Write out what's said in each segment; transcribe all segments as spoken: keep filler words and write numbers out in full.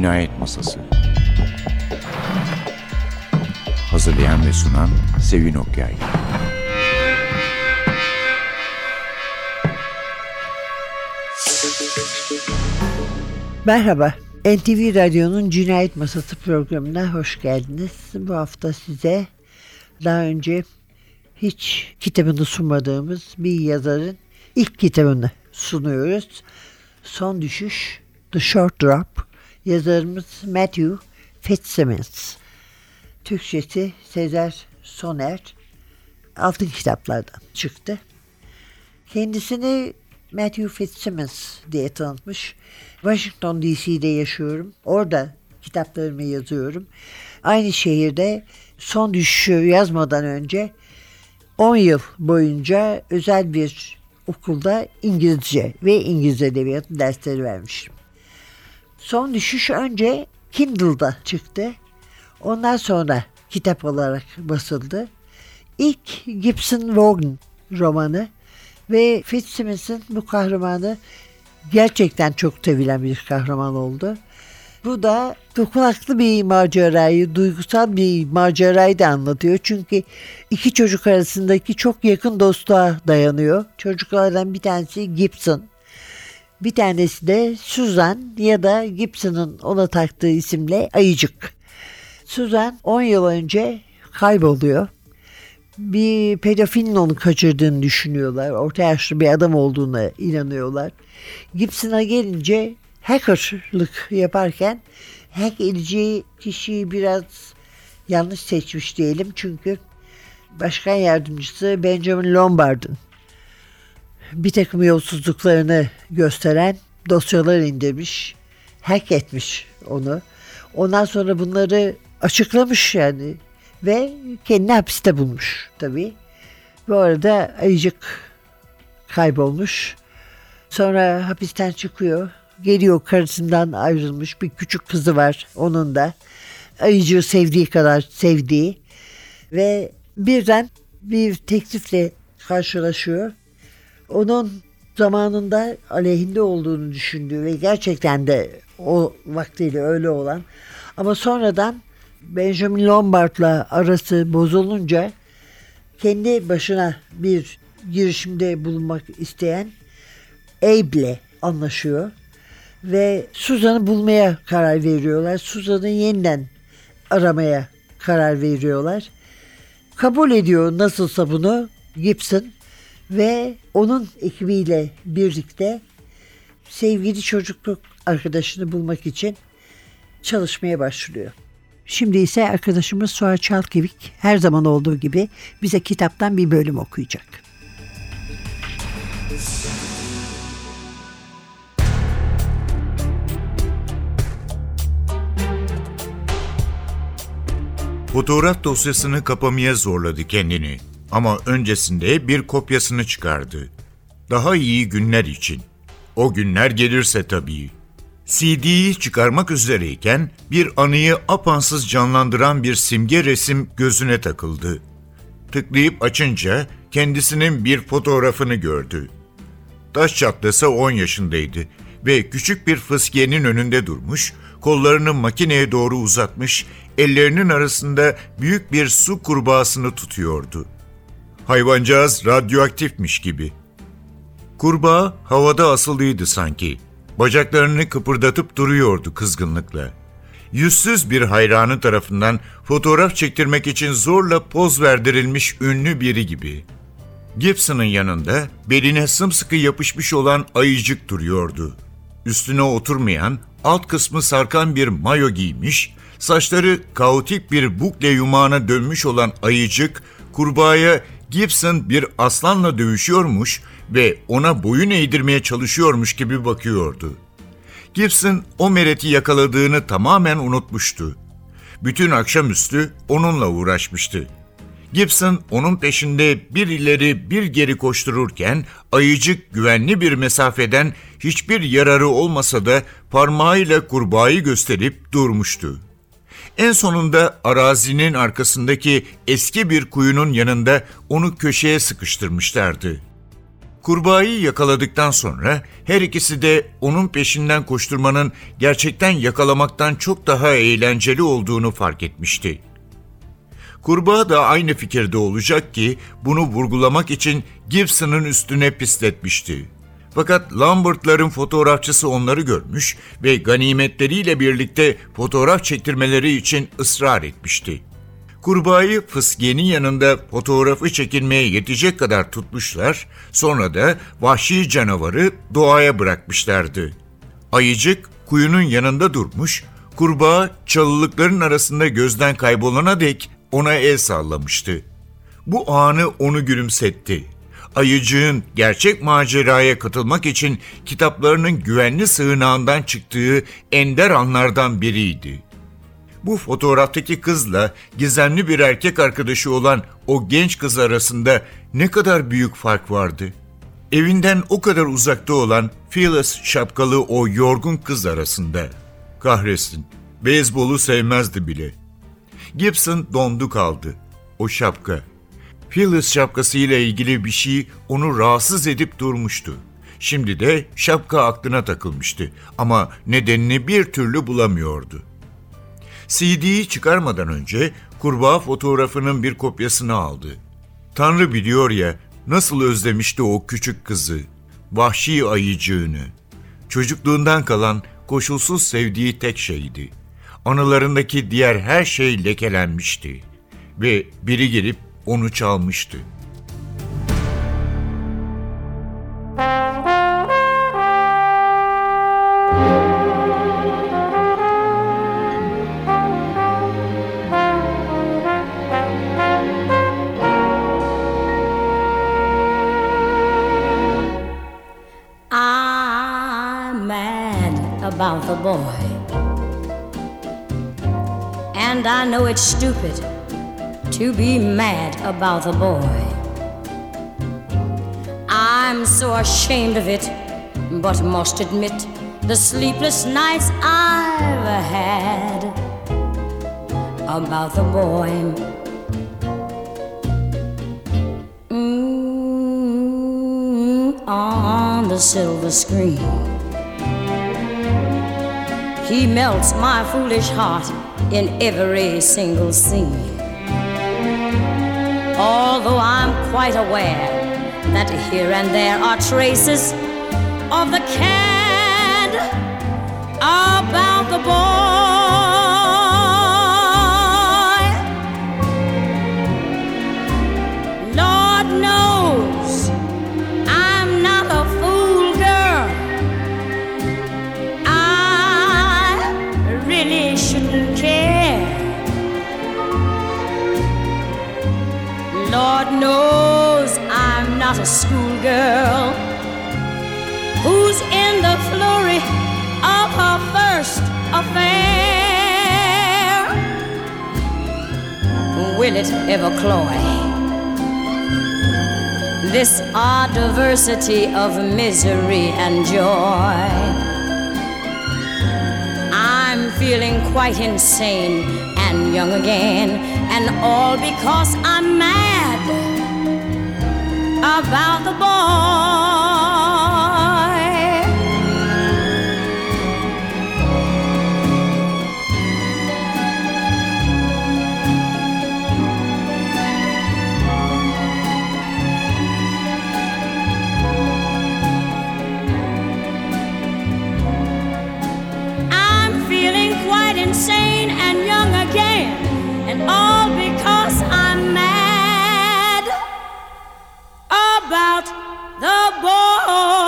Cinayet Masası. Hazırlayan ve sunan Sevin Okyay. Merhaba, N T V Radyo'nun Cinayet Masası programına hoş geldiniz. Bu hafta size daha önce hiç kitabını sunmadığımız bir yazarın ilk kitabını sunuyoruz. Son Düşüş, The Short Drop, yazarımız Matthew Fitzsimmons. Türkçesi Sezer Soner, Altın Kitaplardan çıktı. Kendisini Matthew Fitzsimmons diye tanıtmış. Washington D C'de yaşıyorum. Orada kitaplarımı yazıyorum. Aynı şehirde Son Düşüşü yazmadan önce on yıl boyunca özel bir okulda İngilizce ve İngiliz Edebiyatı dersleri vermiştim. Son Düşüş önce Kindle'da çıktı. Ondan sonra kitap olarak basıldı. İlk Gibson Vaughan romanı ve Fitzsimmons'ın bu kahramanı gerçekten çok sevilen bir kahraman oldu. Bu da dokunaklı bir macerayı, duygusal bir macerayı da anlatıyor. Çünkü iki çocuk arasındaki çok yakın dostluğa dayanıyor. Çocuklardan bir tanesi Gibson, bir tanesi de Susan ya da Gibson'ın ona taktığı isimle Ayıcık. Susan on yıl önce kayboluyor. Bir pedofilin onu kaçırdığını düşünüyorlar. Orta yaşlı bir adam olduğuna inanıyorlar. Gibson'a gelince hackerlık yaparken hack edeceği kişiyi biraz yanlış seçmiş diyelim. Çünkü başkan yardımcısı Benjamin Lombard'ın bir takım yolsuzluklarını gösteren dosyalar indirmiş. Hack etmiş onu. Ondan sonra bunları açıklamış yani. Ve kendini hapiste bulmuş tabii. Bu arada Ayıcık kaybolmuş. Sonra hapisten çıkıyor. Geliyor, karısından ayrılmış bir küçük kızı var onun da. Ayıcığı sevdiği kadar sevdiği. Ve birden bir teklifle karşılaşıyor. Onun zamanında aleyhinde olduğunu düşündüğü ve gerçekten de o vaktiyle öyle olan. Ama sonradan Benjamin Lombard'la arası bozulunca kendi başına bir girişimde bulunmak isteyen Abe'le anlaşıyor ve Susan'ı bulmaya karar veriyorlar. Susan'ı yeniden aramaya karar veriyorlar. Kabul ediyor nasılsa bunu Gibson ve onun ekibiyle birlikte sevgili çocukluk arkadaşını bulmak için çalışmaya başlıyor. Şimdi ise arkadaşımız Suha Çalkevik her zaman olduğu gibi bize kitaptan bir bölüm okuyacak. Fotoğraf dosyasını kapamaya zorladı kendini. Ama öncesinde bir kopyasını çıkardı. Daha iyi günler için. O günler gelirse tabii. C D'yi çıkarmak üzereyken bir anıyı apansız canlandıran bir simge resim gözüne takıldı. Tıklayıp açınca kendisinin bir fotoğrafını gördü. Taş çatlasa on yaşındaydı ve küçük bir fıskiyenin önünde durmuş, kollarını makineye doğru uzatmış, ellerinin arasında büyük bir su kurbağasını tutuyordu. Hayvancağız radyoaktifmiş gibi. Kurbağa havada asılıydı sanki. Bacaklarını kıpırdatıp duruyordu kızgınlıkla. Yüzsüz bir hayranı tarafından fotoğraf çektirmek için zorla poz verdirilmiş ünlü biri gibi. Gibson'ın yanında beline sımsıkı yapışmış olan Ayıcık duruyordu. Üstüne oturmayan, alt kısmı sarkan bir mayo giymiş, saçları kaotik bir bukle yumağına dönmüş olan Ayıcık, kurbağaya Gibson bir aslanla dövüşüyormuş ve ona boyun eğdirmeye çalışıyormuş gibi bakıyordu. Gibson o mereti yakaladığını tamamen unutmuştu. Bütün akşamüstü onunla uğraşmıştı. Gibson onun peşinde bir ileri bir geri koştururken Ayıcık güvenli bir mesafeden hiçbir yararı olmasa da parmağıyla kurbağayı gösterip durmuştu. En sonunda arazinin arkasındaki eski bir kuyunun yanında onu köşeye sıkıştırmışlardı. Kurbağayı yakaladıktan sonra her ikisi de onun peşinden koşturmanın gerçekten yakalamaktan çok daha eğlenceli olduğunu fark etmişti. Kurbağa da aynı fikirde olacak ki bunu vurgulamak için Gibson'ın üstüne pisletmişti. Fakat Lambert'ların fotoğrafçısı onları görmüş ve ganimetleriyle birlikte fotoğraf çektirmeleri için ısrar etmişti. Kurbağayı fıskiyenin yanında fotoğrafı çekilmeye yetecek kadar tutmuşlar, sonra da vahşi canavarı doğaya bırakmışlardı. Ayıcık kuyunun yanında durmuş, kurbağa çalılıkların arasında gözden kaybolana dek ona el sallamıştı. Bu anı onu gülümsetti. Ayıcığın gerçek maceraya katılmak için kitaplarının güvenli sığınağından çıktığı ender anlardan biriydi. Bu fotoğraftaki kızla gizemli bir erkek arkadaşı olan o genç kız arasında ne kadar büyük fark vardı. Evinden o kadar uzakta olan Phyllis şapkalı o yorgun kız arasında. Kahretsin, beyzbolu sevmezdi bile. Gibson dondu kaldı. O şapka. Phyllis şapkasıyla ilgili bir şey onu rahatsız edip durmuştu. Şimdi de şapka aklına takılmıştı ama nedenini bir türlü bulamıyordu. C D'yi çıkarmadan önce kurbağa fotoğrafının bir kopyasını aldı. Tanrı biliyor ya nasıl özlemişti o küçük kızı, vahşi ayıcığını. Çocukluğundan kalan koşulsuz sevdiği tek şeydi. Anılarındaki diğer her şey lekelenmişti ve biri gelip onu çalmıştı. I'm mad about the boy, and I know it's stupid to be mad about the boy. I'm so ashamed of it, but must admit the sleepless nights I've had about the boy. Mm, on the silver screen, he melts my foolish heart in every single scene. Although I'm quite aware that here and there are traces of the cad about the boy. Lord knows I'm not a fool girl. I really shouldn't care. Lord knows I'm not a schoolgirl who's in the flurry of her first affair. Will it ever cloy this odd diversity of misery and joy? I'm feeling quite insane and young again, and all because I'm mad about the boy. I'm feeling quite insane and young again, and all because I'm mad about the boy.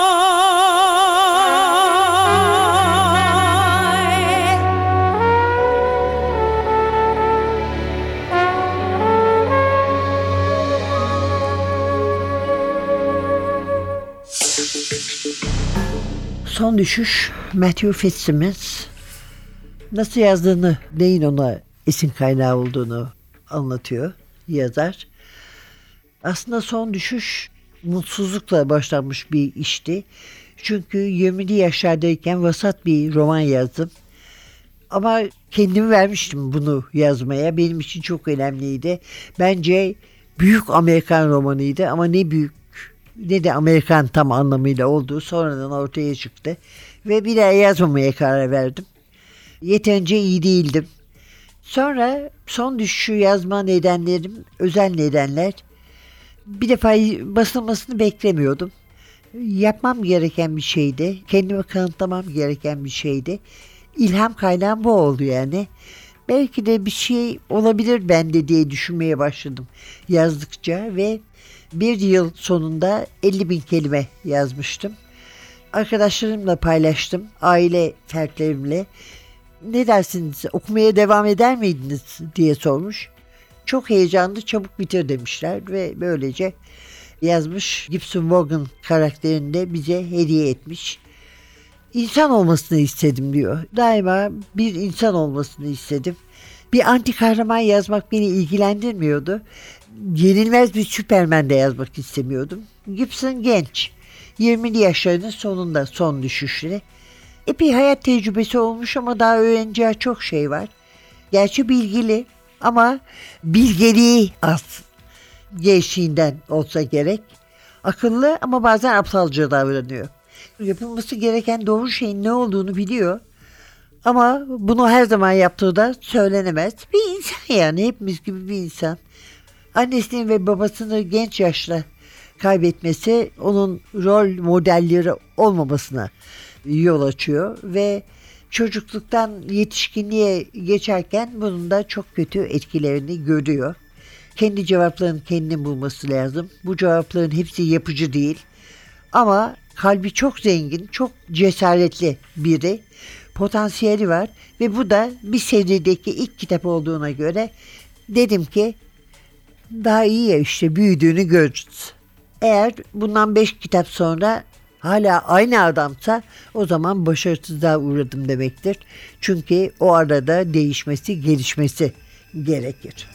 Son düşüş Matthew Fitzsimmons. Nasıl yazdığını, neyin ona esin kaynağı olduğunu anlatıyor yazar. Aslında son düşüş mutsuzlukla başlanmış bir işti. Çünkü yirmili yaşlardayken vasat bir roman yazdım. Ama kendimi vermiştim bunu yazmaya. Benim için çok önemliydi. Bence büyük Amerikan romanıydı ama ne büyük ne de Amerikan tam anlamıyla olduğu sonradan ortaya çıktı. Ve bir daha yazmamaya karar verdim. Yeterince iyi değildim. Sonra son düşüşü yazma nedenlerim özel nedenler. Bir defa basılmasını beklemiyordum. Yapmam gereken bir şeydi. Kendime kanıtlamam gereken bir şeydi. İlham kaynağım bu oldu yani. Belki de bir şey olabilir bende diye düşünmeye başladım yazdıkça ve bir yıl sonunda elli bin kelime yazmıştım. Arkadaşlarımla paylaştım, aile fertlerimle. Ne dersiniz, okumaya devam eder miydiniz diye sormuş. Çok heyecanlı, çabuk bitir demişler ve böylece yazmış. Gibson Vaughan karakterini de bize hediye etmiş. İnsan olmasını istedim diyor. Daima bir insan olmasını istedim. Bir anti kahraman yazmak beni ilgilendirmiyordu. Yenilmez bir Süperman de yazmak istemiyordum. Gibson genç. yirmili yaşlarının sonunda son düşüşleri. Epey hayat tecrübesi olmuş ama daha öğreneceği çok şey var. Gerçi bilgili ama bilgeliği az. Gençliğinden olsa gerek. Akıllı ama bazen aptalca davranıyor. Yapılması gereken doğru şeyin ne olduğunu biliyor. Ama bunu her zaman yaptığı da söylenemez. Bir insan yani, hepimiz gibi bir insan. Annesini ve babasını genç yaşta kaybetmesi onun rol modelleri olmamasına yol açıyor ve çocukluktan yetişkinliğe geçerken bunun da çok kötü etkilerini görüyor. Kendi cevaplarını kendinin bulması lazım. Bu cevapların hepsi yapıcı değil. Ama kalbi çok zengin, çok cesaretli biri. Potansiyeli var ve bu da bir serideki ilk kitap olduğuna göre dedim ki daha iyi ya, işte büyüdüğünü görürüz. Eğer bundan beş kitap sonra hala aynı adamsa o zaman başarısızlığa uğradım demektir. Çünkü o arada değişmesi, gelişmesi gerekir.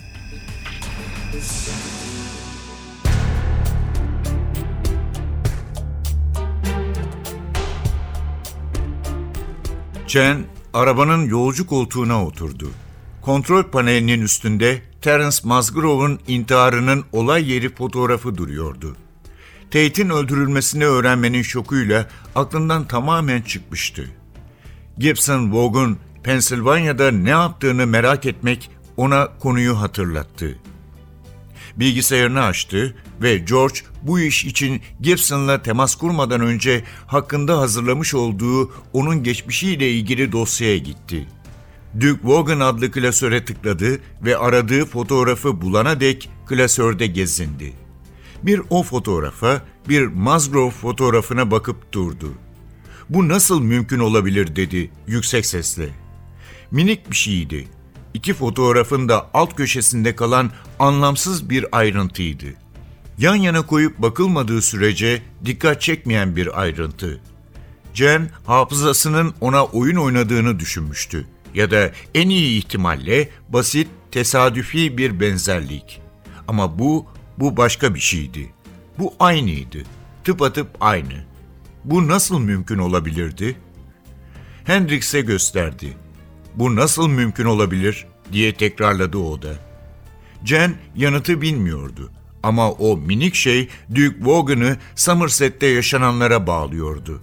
Jen arabanın yolcu koltuğuna oturdu. Kontrol panelinin üstünde Terence Musgrove'un intiharının olay yeri fotoğrafı duruyordu. Tate'in öldürülmesini öğrenmenin şokuyla aklından tamamen çıkmıştı. Gibson Vaughan, Pensilvanya'da ne yaptığını merak etmek ona konuyu hatırlattı. Bilgisayarını açtı ve George bu iş için Gibson'la temas kurmadan önce hakkında hazırlamış olduğu onun geçmişiyle ilgili dosyaya gitti. Duke Vaughan adlı klasöre tıkladı ve aradığı fotoğrafı bulana dek klasörde gezindi. Bir o fotoğrafa, bir Musgrove fotoğrafına bakıp durdu. "Bu nasıl mümkün olabilir?" dedi yüksek sesle. Minik bir şeydi. İki fotoğrafın da alt köşesinde kalan anlamsız bir ayrıntıydı. Yan yana koyup bakılmadığı sürece dikkat çekmeyen bir ayrıntı. Jen hafızasının ona oyun oynadığını düşünmüştü. Ya da en iyi ihtimalle basit, tesadüfi bir benzerlik. Ama bu, bu başka bir şeydi. Bu aynıydı. Tıpatıp aynı. Bu nasıl mümkün olabilirdi? Hendrix'e gösterdi. "Bu nasıl mümkün olabilir?" diye tekrarladı o da. Jen yanıtı bilmiyordu ama o minik şey Duke Vaughan'ı Somerset'te yaşananlara bağlıyordu.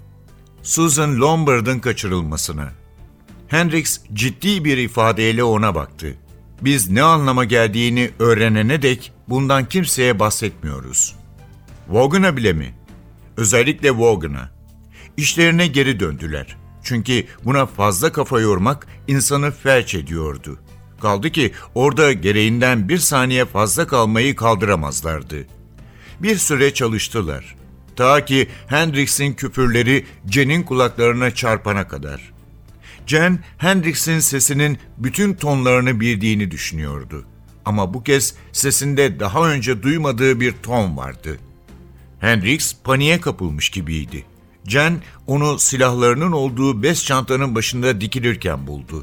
Susan Lombard'ın kaçırılmasına. Hendrix ciddi bir ifadeyle ona baktı. "Biz ne anlama geldiğini öğrenene dek bundan kimseye bahsetmiyoruz." "Vaughan'a bile mi?" "Özellikle Vaughan'a." İşlerine geri döndüler. Çünkü buna fazla kafa yormak insanı felç ediyordu. Kaldı ki orada gereğinden bir saniye fazla kalmayı kaldıramazlardı. Bir süre çalıştılar. Ta ki Hendrix'in küfürleri Jen'in kulaklarına çarpana kadar. Jen, Hendrix'in sesinin bütün tonlarını bildiğini düşünüyordu. Ama bu kez sesinde daha önce duymadığı bir ton vardı. Hendrix paniğe kapılmış gibiydi. Jen onu silahlarının olduğu bez çantanın başında dikilirken buldu.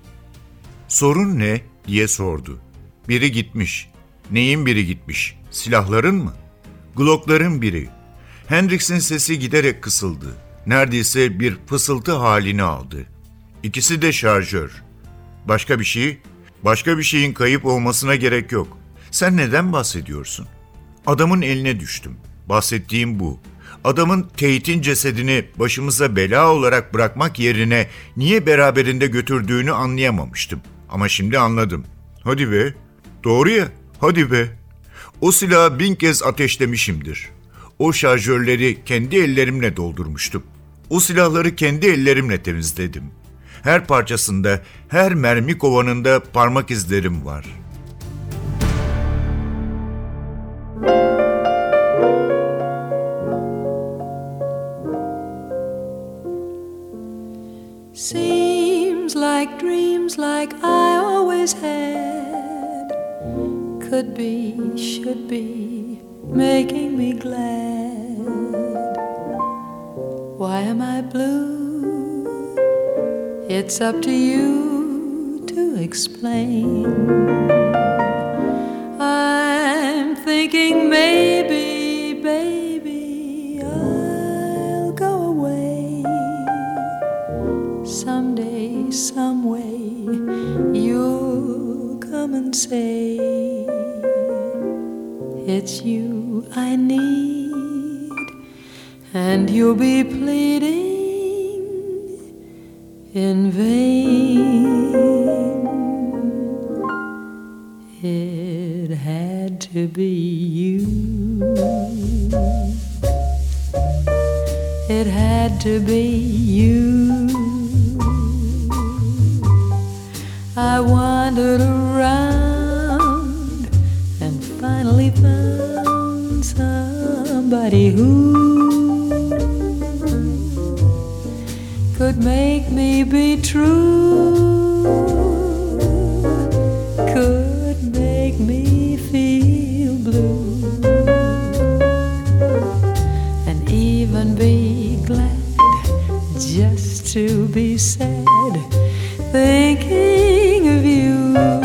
"Sorun ne?" diye sordu. "Biri gitmiş." "Neyin biri gitmiş? Silahların mı?" "Glock'ların biri." Hendrix'in sesi giderek kısıldı. Neredeyse bir fısıltı halini aldı. "İkisi de şarjör." "Başka bir şey?" "Başka bir şeyin kayıp olmasına gerek yok. Sen neden bahsediyorsun?" "Adamın eline düştüm. Bahsettiğim bu. Adamın Tate'in cesedini başımıza bela olarak bırakmak yerine niye beraberinde götürdüğünü anlayamamıştım. Ama şimdi anladım. Hadi be. Doğru ya. Hadi be. O silahı bin kez ateşlemişimdir. O şarjörleri kendi ellerimle doldurmuştum. O silahları kendi ellerimle temizledim. Her parçasında, her mermi kovanında parmak izlerim var. Seems like dreams like I always had could be, should be, making me glad. Why am I blue? It's up to you to explain. I'm thinking maybe, baby, I'll go away. Someday, some way, you'll come and say it's you I need, and you'll be pleading in vain. It had to be you. It had to be you. I wandered around and finally found somebody who could make me be true, could make me feel blue, and even be glad just to be sad, thinking of you.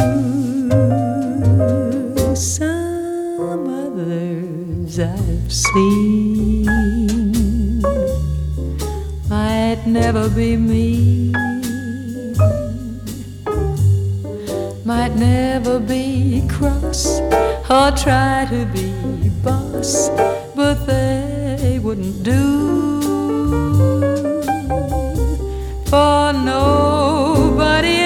Some others I've seen might never be me, might never be cross or try to be boss, but they wouldn't do. For nobody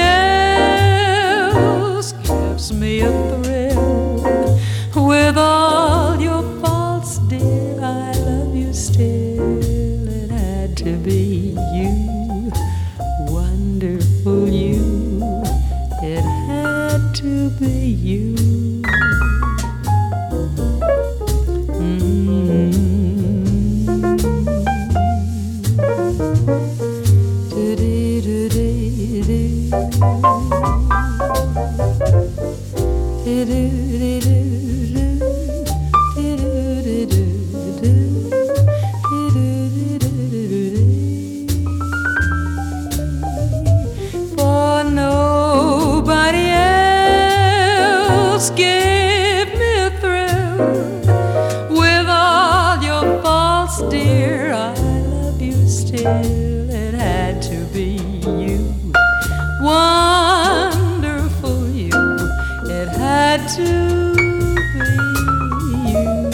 else gives me a thrill. With all your faults, dear, I love you still. It had to be you, wonderful you. It had to be you. For nobody else give me a thrill. With all your faults, dear, I love you still. It had to be you, wonderful you. It had to be you.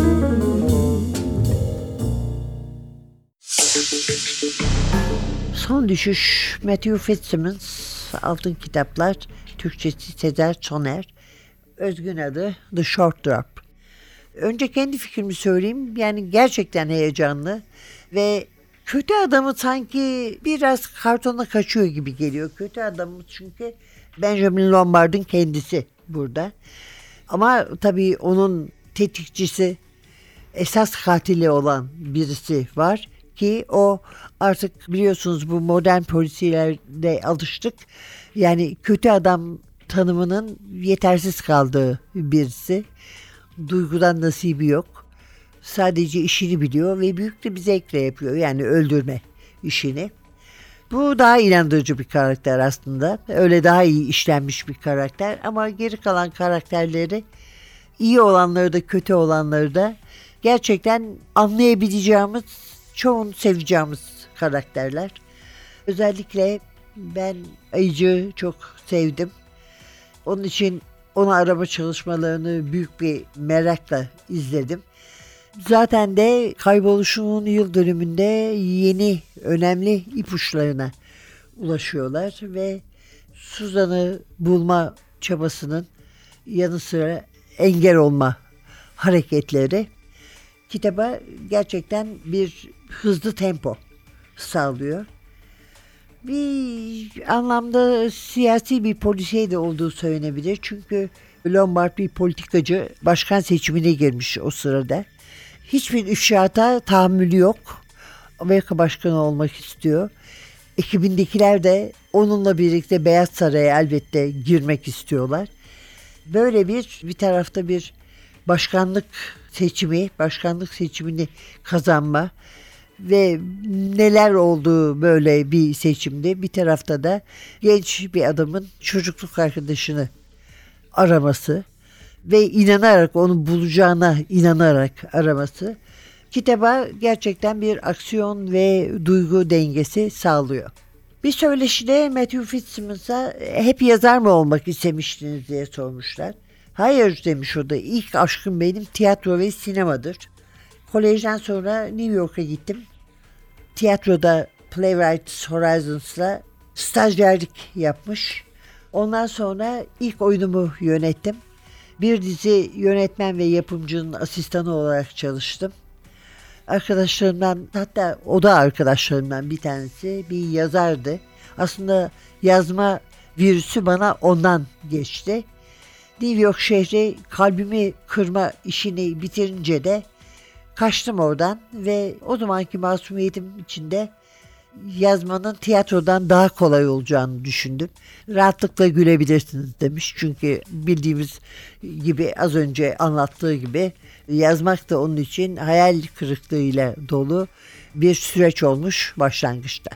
Son düşüş Matthew Fitzsimmons, Altın Kitaplar, Türkçesi Sezer Soner, özgün adı The Short Drop. Önce kendi fikrimi söyleyeyim, yani gerçekten heyecanlı ve kötü adamı sanki biraz kartona kaçıyor gibi geliyor. Kötü adamı çünkü Benjamin Lombard'ın kendisi burada. Ama tabii onun tetikçisi, esas katili olan birisi var ki o artık biliyorsunuz bu modern polisiyelerde alıştık. Yani kötü adam tanımının yetersiz kaldığı birisi. Duygudan nasibi yok. Sadece işini biliyor ve büyük de bir zevkle yapıyor. Yani öldürme işini. Bu daha inandırıcı bir karakter aslında. Öyle daha iyi işlenmiş bir karakter. Ama geri kalan karakterleri, iyi olanları da kötü olanları da gerçekten anlayabileceğimiz, çoğunu seveceğimiz karakterler. Özellikle ben Ayıcı'yı çok sevdim. Onun için onu arama çalışmalarını büyük bir merakla izledim. Zaten de kayboluşunun yıl dönümünde yeni önemli ipuçlarına ulaşıyorlar ve Suzan'ı bulma çabasının yanı sıra engel olma hareketleri kitaba gerçekten bir hızlı tempo sağlıyor. Bir anlamda siyasi bir polisiye de olduğu söylenebilir. Çünkü Lombard bir politikacı, başkan seçimine girmiş o sırada. Hiçbir ifşaata tahammülü yok. Amerika başkanı olmak istiyor. Ekibindekiler de onunla birlikte Beyaz Saray'a elbette girmek istiyorlar. Böyle bir bir tarafta bir başkanlık seçimi, başkanlık seçimini kazanma ve neler olduğu böyle bir seçimde, bir tarafta da genç bir adamın çocukluk arkadaşını araması ve inanarak onu bulacağına inanarak araması kitaba gerçekten bir aksiyon ve duygu dengesi sağlıyor. Bir söyleşide Matthew Fitzsimmons'a hep yazar mı olmak istemiştiniz diye sormuşlar. Hayır demiş o da, ilk aşkım benim tiyatro ve sinemadır. Kolejden sonra New York'a gittim. Tiyatroda Playwrights Horizons'la stajyerlik yapmış. Ondan sonra ilk oyunumu yönettim. Bir dizi yönetmen ve yapımcının asistanı olarak çalıştım. Arkadaşlarımdan, hatta o da arkadaşlarımdan bir tanesi bir yazardı. Aslında yazma virüsü bana ondan geçti. New York şehri kalbimi kırma işini bitirince de kaçtım oradan ve o zamanki masumiyetim içinde yazmanın tiyatrodan daha kolay olacağını düşündüm. Rahatlıkla gülebilirsiniz demiş. Çünkü bildiğimiz gibi, az önce anlattığı gibi, yazmak da onun için hayal kırıklığıyla dolu bir süreç olmuş başlangıçta.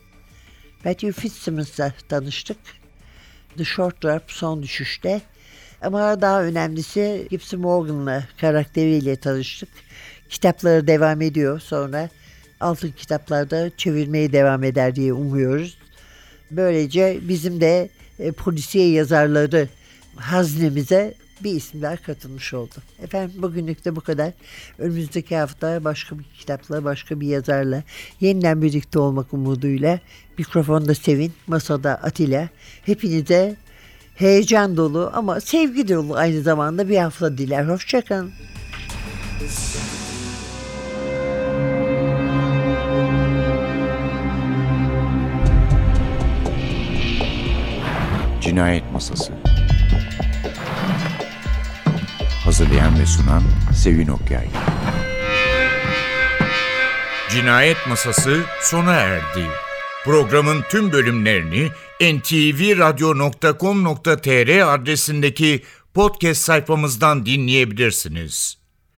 Matthew Fitzsimmons'la tanıştık. The Short Drop, Son Düşüş'te. Ama daha önemlisi Gibson Morgan'la, karakteriyle tanıştık. Kitapları devam ediyor. Sonra altın kitaplarda çevirmeye devam eder diye umuyoruz. Böylece bizim de e, polisiye yazarları haznemize bir isimler katılmış oldu. Efendim bugünlük de bu kadar. Önümüzdeki hafta başka bir kitapla, başka bir yazarla yeniden birlikte olmak umuduyla mikrofonda Sevin, masada Atilla. Hepinize heyecan dolu ama sevgi dolu aynı zamanda bir hafta diler. Hoşçakalın. Cinayet Masası. Hazırlayan ve sunan Sevin Okyay. Cinayet Masası sona erdi. Programın tüm bölümlerini en te ve radyo nokta com nokta te er adresindeki podcast sayfamızdan dinleyebilirsiniz.